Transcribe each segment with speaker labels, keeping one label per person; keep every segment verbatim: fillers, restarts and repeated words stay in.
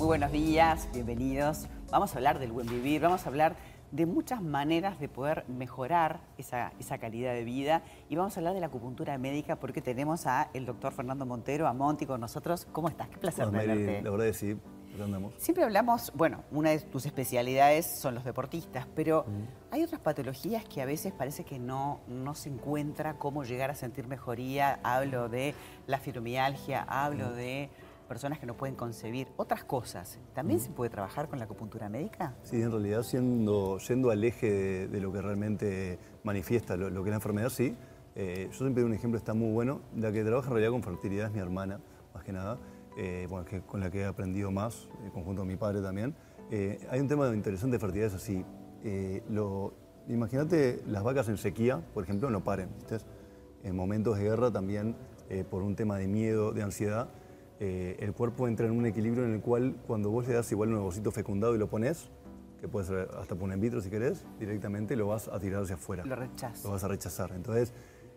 Speaker 1: Muy buenos días, bienvenidos. Vamos a hablar del buen vivir, vamos a hablar de muchas maneras de poder mejorar esa, esa calidad de vida y vamos a hablar de la acupuntura médica porque tenemos a el doctor Fernando Montero, a Monti con nosotros. ¿Cómo estás? Qué placer
Speaker 2: Bueno,
Speaker 1: tenerte.
Speaker 2: Mary, la verdad es que sí, acá andamos.
Speaker 1: Siempre hablamos, bueno, una de tus especialidades son los deportistas, pero mm. hay otras patologías que a veces parece que no, no se encuentra cómo llegar a sentir mejoría. Hablo de la fibromialgia, hablo mm. de personas que no pueden concebir otras cosas. ¿También mm. se puede trabajar con la acupuntura médica?
Speaker 2: Sí, en realidad, siendo, yendo al eje de, de lo que realmente manifiesta lo, lo que es la enfermedad, sí. Eh, yo siempre doy un ejemplo, está muy bueno. La que trabaja en realidad con fertilidad es mi hermana, más que nada. Eh, bueno, que con la que he aprendido más, eh, conjunto con mi padre también. Eh, hay un tema interesante de fertilidad, es así. Eh, lo, imagínate las vacas en sequía, por ejemplo, no paren. ¿Viste? En momentos de guerra también, eh, por un tema de miedo, de ansiedad, eh, el cuerpo entra en un equilibrio en el cual cuando vos le das igual un ovocito fecundado y lo pones, que puede ser hasta por un in vitro si querés, directamente lo vas a tirar hacia afuera.
Speaker 1: Lo rechazas.
Speaker 2: Lo vas a rechazar. Entonces,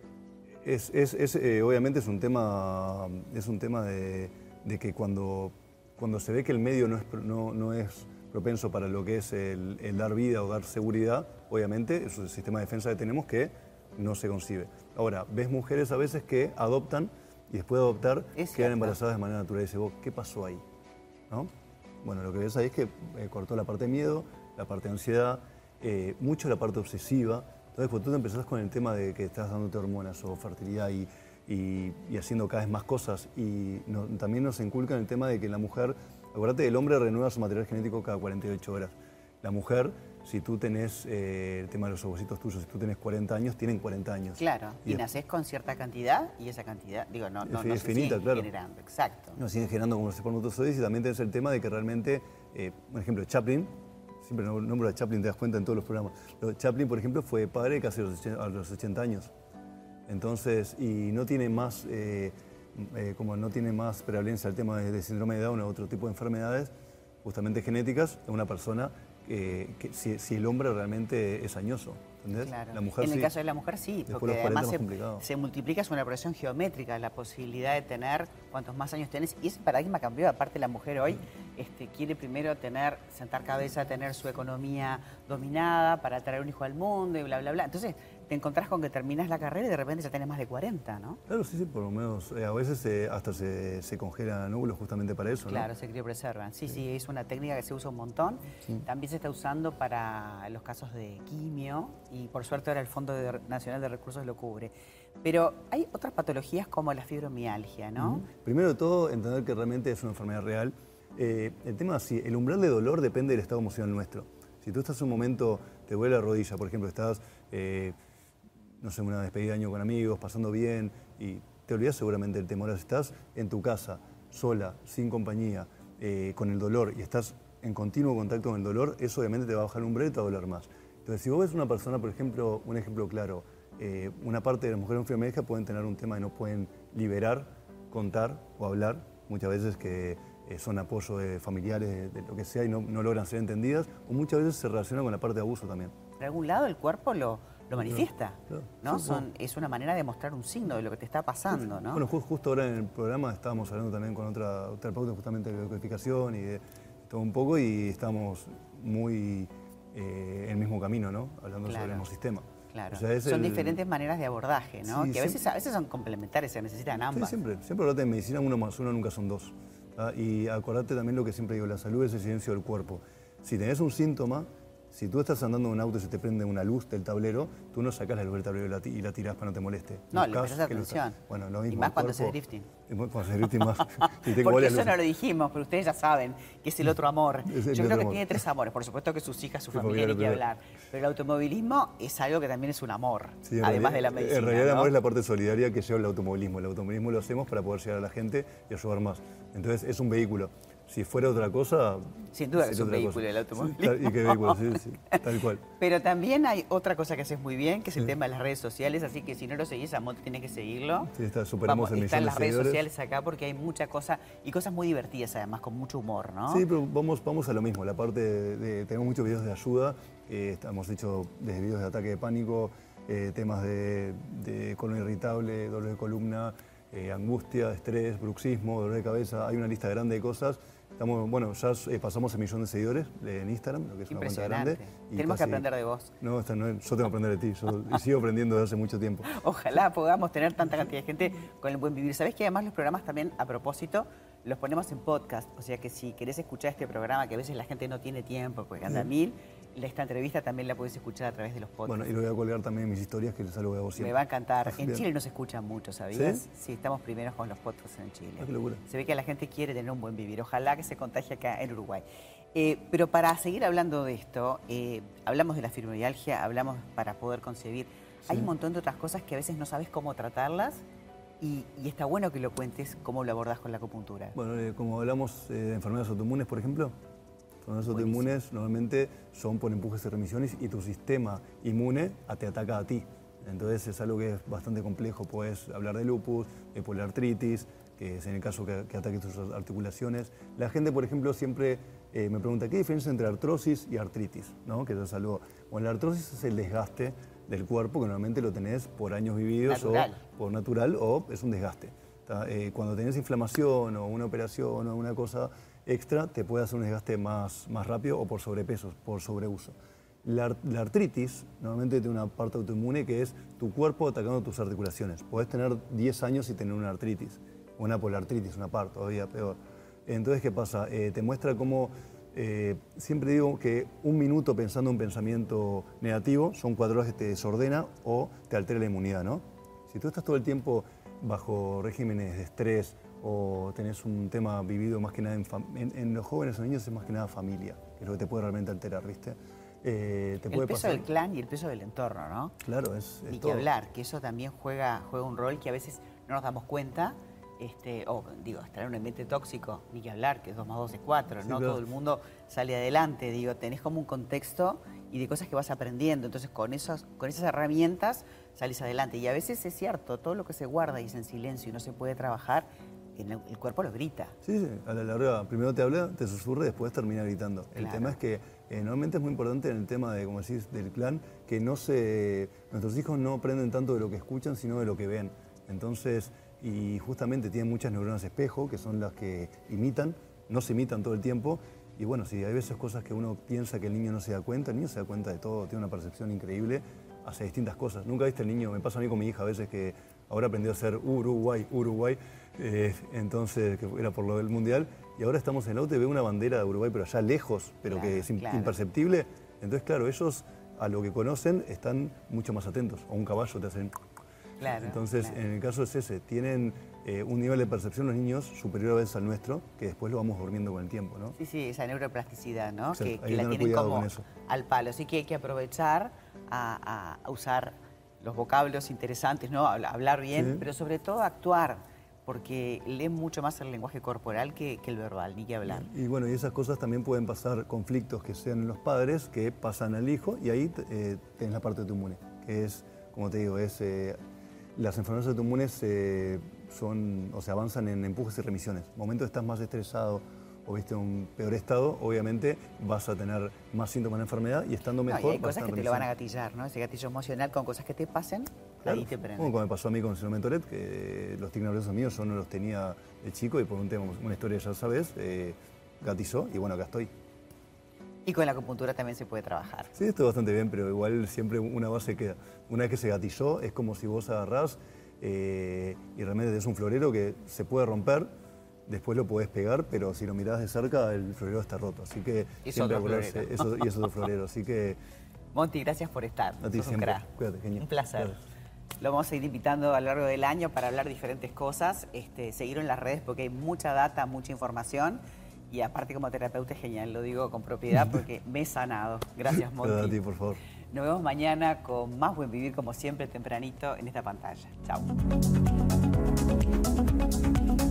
Speaker 2: es, es, es, eh, obviamente es un tema, es un tema de... de que cuando, cuando se ve que el medio no es, no, no es propenso para lo que es el, el dar vida o dar seguridad, obviamente es un sistema de defensa que tenemos que no se concibe. Ahora, ves mujeres a veces que adoptan y después de adoptar quedan embarazadas de manera natural y dices, vos, ¿qué pasó ahí? ¿No? Bueno, lo que ves ahí es que eh, cortó la parte de miedo, la parte de ansiedad, eh, mucho la parte obsesiva. Entonces, cuando tú te empezás con el tema de que estás dándote hormonas o fertilidad y Y, y haciendo cada vez más cosas. Y no, también nos inculcan el tema de que la mujer, acuérdate, el hombre renueva su material genético cada cuarenta y ocho horas. La mujer, si tú tenés eh, el tema de los ovocitos tuyos, si tú tenés cuarenta años, tienen cuarenta años.
Speaker 1: Claro, y,
Speaker 2: y
Speaker 1: nacés con cierta cantidad y esa cantidad, digo, no, no,
Speaker 2: es,
Speaker 1: no
Speaker 2: es
Speaker 1: se
Speaker 2: finita,
Speaker 1: sigue
Speaker 2: claro.
Speaker 1: generando, exacto.
Speaker 2: No, siguen generando como los espermatozoides y también tenés el tema de que realmente, eh, por ejemplo, Chaplin, siempre nombro a Chaplin, te das cuenta en todos los programas, pero Chaplin, por ejemplo, fue padre casi a los ochenta años. Entonces, y no tiene más, eh, eh, como no tiene más prevalencia el tema de, de síndrome de Down o otro tipo de enfermedades, justamente genéticas, de una persona eh, que si, si el hombre realmente es añoso, ¿entendés?
Speaker 1: Claro.
Speaker 2: La mujer
Speaker 1: en el
Speaker 2: sí.
Speaker 1: caso de la mujer sí,
Speaker 2: Después
Speaker 1: porque además se,
Speaker 2: complicado.
Speaker 1: se multiplica, es una progresión geométrica, la posibilidad de tener cuantos más años tenés, y ese paradigma cambió. Aparte, la mujer hoy este, quiere primero tener, sentar cabeza, tener su economía dominada para traer un hijo al mundo y bla, bla, bla. Entonces, te encontrás con que terminás la carrera y de repente ya tenés más de cuarenta, ¿no?
Speaker 2: Claro, sí, sí, por lo menos. Eh, a veces eh, hasta se, se congelan óvulos justamente para eso,
Speaker 1: Claro,
Speaker 2: ¿no?
Speaker 1: se criopreservan. Sí, sí, sí, es una técnica que se usa un montón. Sí. También se está usando para los casos de quimio y por suerte ahora el Fondo de, Nacional de Recursos lo cubre. Pero hay otras patologías como la fibromialgia, ¿no?
Speaker 2: Uh-huh. Primero de todo, entender que realmente es una enfermedad real. Eh, el tema es así, el umbral de dolor depende del estado emocional nuestro. Si tú estás en un momento, te duele la rodilla, por ejemplo, estás... Eh, no sé, una despedida de año con amigos, pasando bien, y te olvidas seguramente del temor. Si estás en tu casa, sola, sin compañía, eh, con el dolor, y estás en continuo contacto con el dolor, eso obviamente te va a bajar el umbral y te va a doler más. Entonces, si vos ves una persona, por ejemplo, un ejemplo claro, eh, una parte de las mujeres enfermedades pueden tener un tema que no pueden liberar, contar o hablar, muchas veces que eh, son apoyo de familiares, de, de lo que sea, y no, no logran ser entendidas, o muchas veces se relaciona con la parte de abuso también.
Speaker 1: De algún lado el cuerpo lo... lo manifiesta,
Speaker 2: claro, claro.
Speaker 1: ¿no?
Speaker 2: Sí,
Speaker 1: Son,
Speaker 2: bueno.
Speaker 1: Es una manera de mostrar un signo de lo que te está pasando, ¿no?
Speaker 2: Bueno, justo ahora en el programa estábamos hablando también con otra terapeuta justamente de codificación y de todo un poco y estamos muy eh, en el mismo camino, ¿no? Hablando
Speaker 1: claro.
Speaker 2: sobre el hemosistema.
Speaker 1: Claro,
Speaker 2: o sea,
Speaker 1: son
Speaker 2: el...
Speaker 1: diferentes maneras de abordaje, ¿no?
Speaker 2: Sí,
Speaker 1: que a veces,
Speaker 2: siempre...
Speaker 1: a veces son complementarias, se necesitan ambas.
Speaker 2: Sí, siempre, siempre hablate de medicina, uno más uno nunca son dos. ¿Ah? Y acordate también lo que siempre digo, la salud es el silencio del cuerpo. Si tenés un síntoma, si tú estás andando en un auto y se te prende una luz del tablero, tú no sacás la luz del tablero y la tirás para no te moleste.
Speaker 1: No,
Speaker 2: Buscás
Speaker 1: le prestas atención.
Speaker 2: Lo... Bueno, lo mismo,
Speaker 1: y más cuando
Speaker 2: cuerpo...
Speaker 1: haces drifting.
Speaker 2: Cuando haces drifting más.
Speaker 1: Porque eso no lo dijimos, pero ustedes ya saben que es el otro amor.
Speaker 2: Es el
Speaker 1: Yo
Speaker 2: otro
Speaker 1: creo que
Speaker 2: amor.
Speaker 1: Tiene tres amores. Por supuesto que sus hijas, su
Speaker 2: sí,
Speaker 1: familia, ni que hablar. Pero el automovilismo es algo que también es un amor, sí, además
Speaker 2: realidad,
Speaker 1: de la medicina.
Speaker 2: En realidad
Speaker 1: ¿no?
Speaker 2: el amor es la parte solidaria que lleva el automovilismo. El automovilismo lo hacemos para poder llegar a la gente y ayudar más. Entonces es un vehículo. Si fuera otra cosa...
Speaker 1: Sin duda que es un vehículo cosa. El automovilismo.
Speaker 2: Sí, tal, ¿y qué vehículo? Sí, sí, tal cual.
Speaker 1: Pero también hay otra cosa que haces muy bien, que es el sí. tema de las redes sociales, así que si no lo seguís, a Monti tienes que seguirlo.
Speaker 2: Sí, está, superamos
Speaker 1: Vamos,
Speaker 2: el
Speaker 1: están
Speaker 2: millón
Speaker 1: las
Speaker 2: de
Speaker 1: redes
Speaker 2: seguidores.
Speaker 1: sociales acá porque hay mucha cosa, y cosas muy divertidas además, con mucho humor, ¿no?
Speaker 2: Sí, pero vamos, vamos a lo mismo, la parte de... de tenemos muchos videos de ayuda, eh, hemos hecho desde videos de ataque de pánico, eh, temas de, de colon irritable, dolor de columna, eh, angustia, estrés, bruxismo, dolor de cabeza, hay una lista grande de cosas Estamos, bueno, ya eh, pasamos el millón de seguidores en Instagram, lo que es una cuenta grande. Y
Speaker 1: Tenemos
Speaker 2: casi,
Speaker 1: que aprender de vos.
Speaker 2: No, esta no es, yo tengo que aprender de ti, yo sigo aprendiendo desde hace mucho tiempo.
Speaker 1: Ojalá podamos tener tanta cantidad de gente con el buen vivir. ¿Sabés que además los programas también, a propósito, los ponemos en podcast? O sea que si querés escuchar este programa, que a veces la gente no tiene tiempo porque anda a mil, esta entrevista también la podés escuchar a través de los podcasts.
Speaker 2: Bueno, y lo voy a colgar también en mis historias, que es algo que hago siempre.
Speaker 1: Me va a encantar. En
Speaker 2: Bien.
Speaker 1: Chile no se escucha mucho, ¿sabías?
Speaker 2: ¿Sí?
Speaker 1: Sí, estamos primeros con los podcasts en Chile.
Speaker 2: Ah, qué locura.
Speaker 1: Se ve que la gente quiere tener un buen vivir. Ojalá que se contagie acá en Uruguay. Eh, pero para seguir hablando de esto, eh, hablamos de la fibromialgia, hablamos para poder concebir. Sí. Hay un montón de otras cosas que a veces no sabes cómo tratarlas y, y está bueno que lo cuentes cómo lo abordás con la acupuntura.
Speaker 2: Bueno, eh, como hablamos eh, de enfermedades autoinmunes, por ejemplo, enfermedades autoinmunes normalmente son por empujes y remisiones y tu sistema inmune te ataca a ti. Entonces es algo que es bastante complejo. Puedes hablar de lupus, de poliartritis, que es en el caso que, que ataque tus articulaciones. La gente, por ejemplo, siempre eh, me pregunta qué diferencia entre artrosis y artritis, ¿no? Que eso es algo... Bueno, la artrosis es el desgaste del cuerpo que normalmente lo tenés por años vividos
Speaker 1: natural.
Speaker 2: o por natural o es un desgaste. Eh, cuando tenés inflamación o una operación o una cosa extra, te puede hacer un desgaste más, más rápido o por sobrepeso, por sobreuso. La, la artritis normalmente tiene una parte autoinmune que es tu cuerpo atacando tus articulaciones. Podés tener diez años y tener una artritis, una poliartritis, una par, todavía peor. Entonces, ¿qué pasa? Eh, te muestra cómo, eh, siempre digo que un minuto pensando un pensamiento negativo son cuatro horas que te desordena o te altera la inmunidad, ¿no? Si tú estás todo el tiempo bajo regímenes de estrés o tenés un tema vivido más que nada en, en, en los jóvenes o niños es más que nada familia, que es lo que te puede realmente alterar, ¿viste? Eh, te
Speaker 1: el
Speaker 2: puede
Speaker 1: peso
Speaker 2: pasar...
Speaker 1: del clan y el peso del entorno, ¿no?
Speaker 2: Claro, es, es
Speaker 1: Ni
Speaker 2: todo.
Speaker 1: que hablar, que eso también juega, juega un rol que a veces no nos damos cuenta. Este, o digo, estar en un ambiente tóxico, ni que hablar, que dos más dos es cuatro,
Speaker 2: Sí,
Speaker 1: no
Speaker 2: claro.
Speaker 1: todo el mundo sale adelante, digo, tenés como un contexto y de cosas que vas aprendiendo, entonces con, esos, con esas herramientas salís adelante. Y a veces es cierto, todo lo que se guarda y es en silencio y no se puede trabajar, el, el cuerpo lo grita.
Speaker 2: Sí, sí, a la larga, primero te habla, te susurra y después termina gritando. El
Speaker 1: Claro.
Speaker 2: tema es que eh, normalmente es muy importante en el tema de, como decís, del clan, que no se, nuestros hijos no aprenden tanto de lo que escuchan, sino de lo que ven. Entonces, y justamente tienen muchas neuronas espejo, que son las que imitan, no se imitan todo el tiempo. Y bueno, si hay veces cosas que uno piensa que el niño no se da cuenta, el niño se da cuenta de todo, tiene una percepción increíble, hace distintas cosas. Nunca viste el niño, me pasa a mí con mi hija a veces que ahora aprendió a hacer Uruguay, Uruguay, eh, entonces, que era por lo del Mundial, y ahora estamos en el auto y ve una bandera de Uruguay, pero allá lejos, pero
Speaker 1: Claro,
Speaker 2: que es
Speaker 1: claro.
Speaker 2: imperceptible. Entonces, claro, ellos a lo que conocen están mucho más atentos. O un caballo te hacen...
Speaker 1: Claro,
Speaker 2: Entonces,
Speaker 1: claro.
Speaker 2: en el caso es ese, tienen eh, un nivel de percepción los niños superior a veces al nuestro, que después lo vamos durmiendo con el tiempo, ¿no?
Speaker 1: Sí, sí, esa neuroplasticidad, ¿no?
Speaker 2: Exacto,
Speaker 1: Que,
Speaker 2: hay
Speaker 1: que
Speaker 2: que
Speaker 1: la
Speaker 2: tener
Speaker 1: tienen
Speaker 2: cuidado
Speaker 1: como
Speaker 2: con eso.
Speaker 1: al palo. Así que hay que aprovechar a, a- a usar los vocablos interesantes, ¿no? Habla- Hablar bien,
Speaker 2: Sí.
Speaker 1: pero sobre todo actuar, porque leen mucho más el lenguaje corporal que, que el verbal, ni que hablar.
Speaker 2: Y bueno, y esas cosas también pueden pasar conflictos que sean en los padres, que pasan al hijo, y ahí eh, tenés la parte autoinmune, que es, como te digo, es... Eh, las enfermedades autoinmunes eh, son, o sea, avanzan en empujes y remisiones. En el momento que estás más estresado o viste un peor estado, obviamente vas a tener más síntomas de enfermedad y estando
Speaker 1: No,
Speaker 2: mejor
Speaker 1: y hay
Speaker 2: vas a
Speaker 1: cosas que
Speaker 2: estar
Speaker 1: te
Speaker 2: en
Speaker 1: lo van a
Speaker 2: remisión.
Speaker 1: gatillar, ¿no? Ese gatillo emocional con cosas que te pasen,
Speaker 2: Claro.
Speaker 1: ahí te prende.
Speaker 2: Como me pasó a mí con el síndrome de Tourette, que los tics nerviosos míos yo no los tenía de chico y por un tema, una historia ya sabes, eh, gatizó y bueno, acá estoy.
Speaker 1: Y con la acupuntura también se puede trabajar.
Speaker 2: Sí, estoy bastante bien, pero igual siempre una base queda. Una vez que se gatilló, es como si vos agarrás eh, y realmente es un florero que se puede romper, después lo podés pegar, pero si lo mirás de cerca, el florero está roto. Así que
Speaker 1: Es
Speaker 2: siempre
Speaker 1: otro
Speaker 2: acordarse,
Speaker 1: florero.
Speaker 2: eso, y es otro florero. Así que
Speaker 1: Monty, gracias por estar.
Speaker 2: a ti
Speaker 1: Sos un
Speaker 2: siempre.
Speaker 1: crack.
Speaker 2: Cuídate, genial.
Speaker 1: Un placer.
Speaker 2: Gracias.
Speaker 1: Lo vamos a ir invitando a lo largo del año para hablar diferentes cosas. Este, seguirlo en las redes porque hay mucha data, mucha información. Y aparte como terapeuta es genial, lo digo con propiedad porque me he sanado. Gracias, Monty.
Speaker 2: Gracias a ti, por favor.
Speaker 1: Nos vemos mañana con más Buen Vivir como siempre tempranito en esta pantalla. Chao.